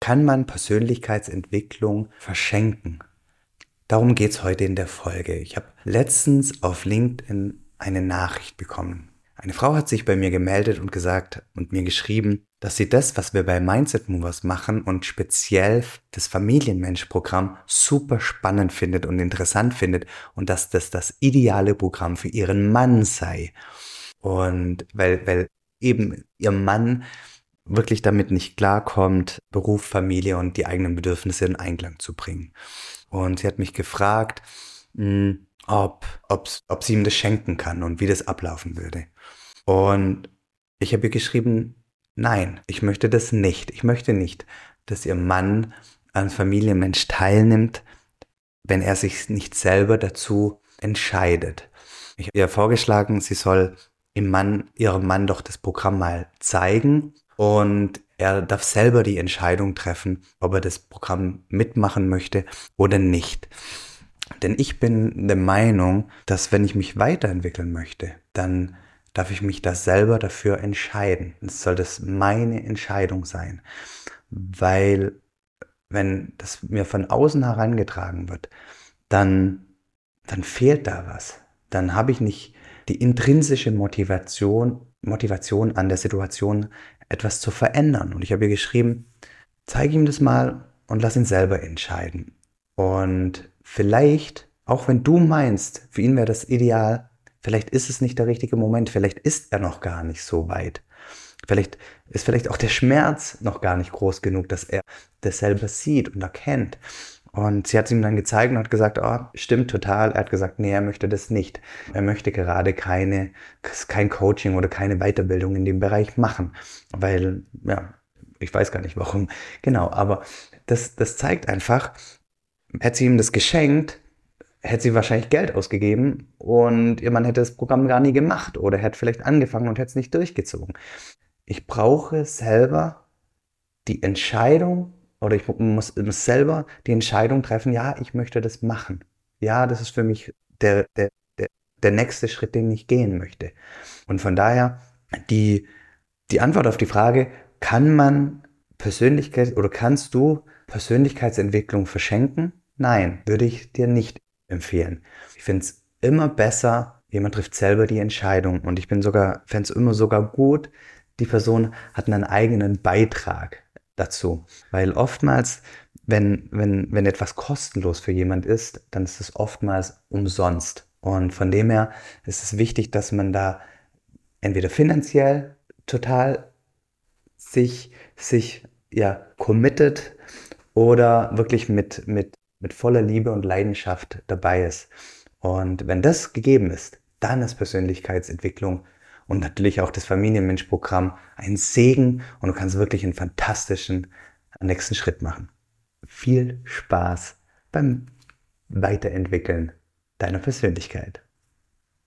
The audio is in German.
Kann man Persönlichkeitsentwicklung verschenken? Darum geht's heute in der Folge. Ich habe letztens auf LinkedIn eine Nachricht bekommen. Eine Frau hat sich bei mir gemeldet und gesagt und mir geschrieben, dass sie das, was wir bei Mindset Movers machen und speziell das Familienmensch-Programm super spannend findet und interessant findet und dass das ideale Programm für ihren Mann sei. Und weil eben ihr Mann wirklich damit nicht klarkommt, Beruf, Familie und die eigenen Bedürfnisse in Einklang zu bringen. Und sie hat mich gefragt, ob sie ihm das schenken kann und wie das ablaufen würde. Und ich habe ihr geschrieben, nein, ich möchte das nicht. Ich möchte nicht, dass ihr Mann an Familienmensch teilnimmt, wenn er sich nicht selber dazu entscheidet. Ich habe ihr vorgeschlagen, sie soll ihrem Mann doch das Programm mal zeigen und er darf selber die Entscheidung treffen, ob er das Programm mitmachen möchte oder nicht. Denn ich bin der Meinung, dass wenn ich mich weiterentwickeln möchte, dann darf ich mich da selber dafür entscheiden. Es soll das meine Entscheidung sein. Weil wenn das mir von außen herangetragen wird, dann, dann fehlt da was. Dann habe ich nicht die intrinsische Motivation an der Situation, etwas zu verändern. Und ich habe ihr geschrieben, zeige ihm das mal und lass ihn selber entscheiden. Und vielleicht, auch wenn du meinst, für ihn wäre das ideal, vielleicht ist es nicht der richtige Moment, vielleicht ist er noch gar nicht so weit. Vielleicht ist vielleicht auch der Schmerz noch gar nicht groß genug, dass er das selber sieht und erkennt. Und sie hat es ihm dann gezeigt und hat gesagt, oh, stimmt total. Er hat gesagt, nee, er möchte das nicht. Er möchte gerade kein Coaching oder keine Weiterbildung in dem Bereich machen. Weil, ja, ich weiß gar nicht warum. Genau, aber das zeigt einfach, hätte sie ihm das geschenkt, hätte sie wahrscheinlich Geld ausgegeben und ihr Mann hätte das Programm gar nie gemacht oder hätte vielleicht angefangen und hätte es nicht durchgezogen. Ich brauche selber die Entscheidung oder ich muss selber die Entscheidung treffen, ja, ich möchte das machen. Ja, das ist für mich der nächste Schritt, den ich gehen möchte. Und von daher die, die Antwort auf die Frage, kann man Persönlichkeit oder kannst du Persönlichkeitsentwicklung verschenken? Nein, würde ich dir nicht empfehlen. Ich finde es immer besser, jemand trifft selber die Entscheidung und ich fände es immer sogar gut, die Person hat einen eigenen Beitrag dazu. Weil oftmals, wenn etwas kostenlos für jemand ist, dann ist es oftmals umsonst. Und von dem her ist es wichtig, dass man da entweder finanziell total sich ja committet oder wirklich mit voller Liebe und Leidenschaft dabei ist. Und wenn das gegeben ist, dann ist Persönlichkeitsentwicklung und natürlich auch das Familienmensch-Programm ein Segen und du kannst wirklich einen fantastischen nächsten Schritt machen. Viel Spaß beim Weiterentwickeln deiner Persönlichkeit.